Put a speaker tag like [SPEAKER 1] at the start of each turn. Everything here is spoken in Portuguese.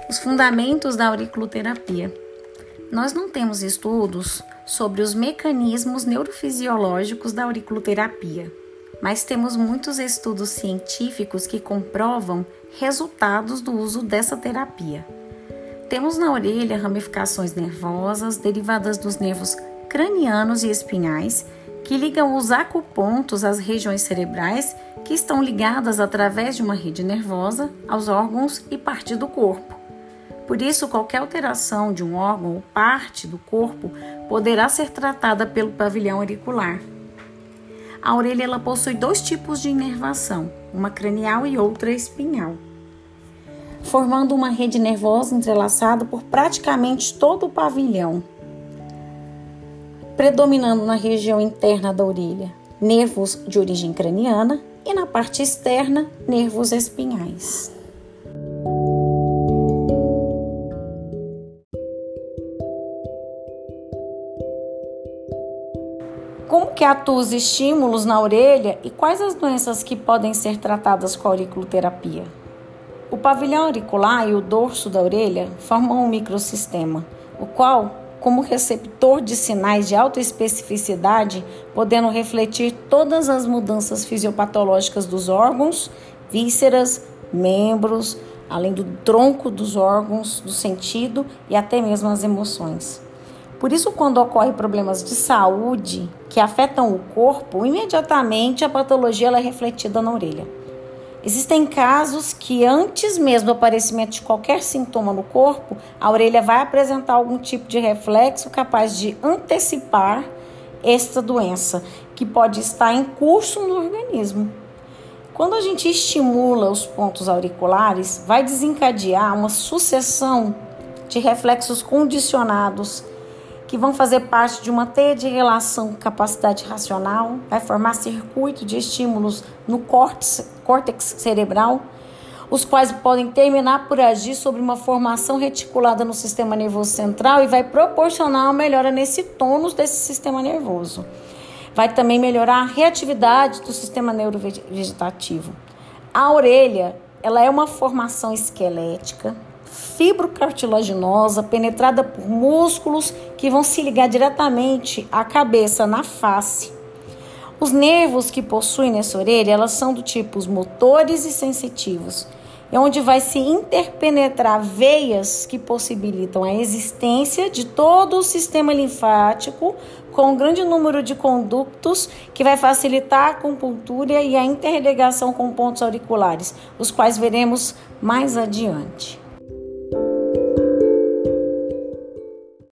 [SPEAKER 1] Os fundamentos da auriculoterapia. Nós não temos estudos sobre os mecanismos neurofisiológicos da auriculoterapia, mas temos muitos estudos científicos que comprovam resultados do uso dessa terapia. Temos na orelha ramificações nervosas derivadas dos nervos cranianos e espinhais que ligam os acupontos às regiões cerebrais que estão ligadas através de uma rede nervosa aos órgãos e parte do corpo. Por isso, qualquer alteração de um órgão ou parte do corpo poderá ser tratada pelo pavilhão auricular. A orelha ela possui dois tipos de inervação, uma cranial e outra espinhal, formando uma rede nervosa entrelaçada por praticamente todo o pavilhão, predominando na região interna da orelha nervos de origem craniana e na parte externa nervos espinhais. Como que atuam os estímulos na orelha e quais as doenças que podem ser tratadas com a auriculoterapia? O pavilhão auricular e o dorso da orelha formam um microsistema, o qual, como receptor de sinais de alta especificidade, podendo refletir todas as mudanças fisiopatológicas dos órgãos, vísceras, membros, além do tronco dos órgãos, do sentido e até mesmo as emoções. Por isso, quando ocorrem problemas de saúde que afetam o corpo, imediatamente a patologia ela é refletida na orelha. Existem casos que antes mesmo do aparecimento de qualquer sintoma no corpo, a orelha vai apresentar algum tipo de reflexo capaz de antecipar esta doença, que pode estar em curso no organismo. Quando a gente estimula os pontos auriculares, vai desencadear uma sucessão de reflexos condicionados que vão fazer parte de uma teia de relação com capacidade racional, vai formar circuito de estímulos no córtex cerebral, os quais podem terminar por agir sobre uma formação reticulada no sistema nervoso central e vai proporcionar uma melhora nesse tônus desse sistema nervoso. Vai também melhorar a reatividade do sistema neurovegetativo. A orelha, ela é uma formação esquelética, fibrocartilaginosa, penetrada por músculos que vão se ligar diretamente à cabeça, na face. Os nervos que possuem nessa orelha, elas são do tipo motores e sensitivos, onde vai se interpenetrar veias que possibilitam a existência de todo o sistema linfático com um grande número de condutos que vai facilitar a acupuntura e a interligação com pontos auriculares, os quais veremos mais adiante.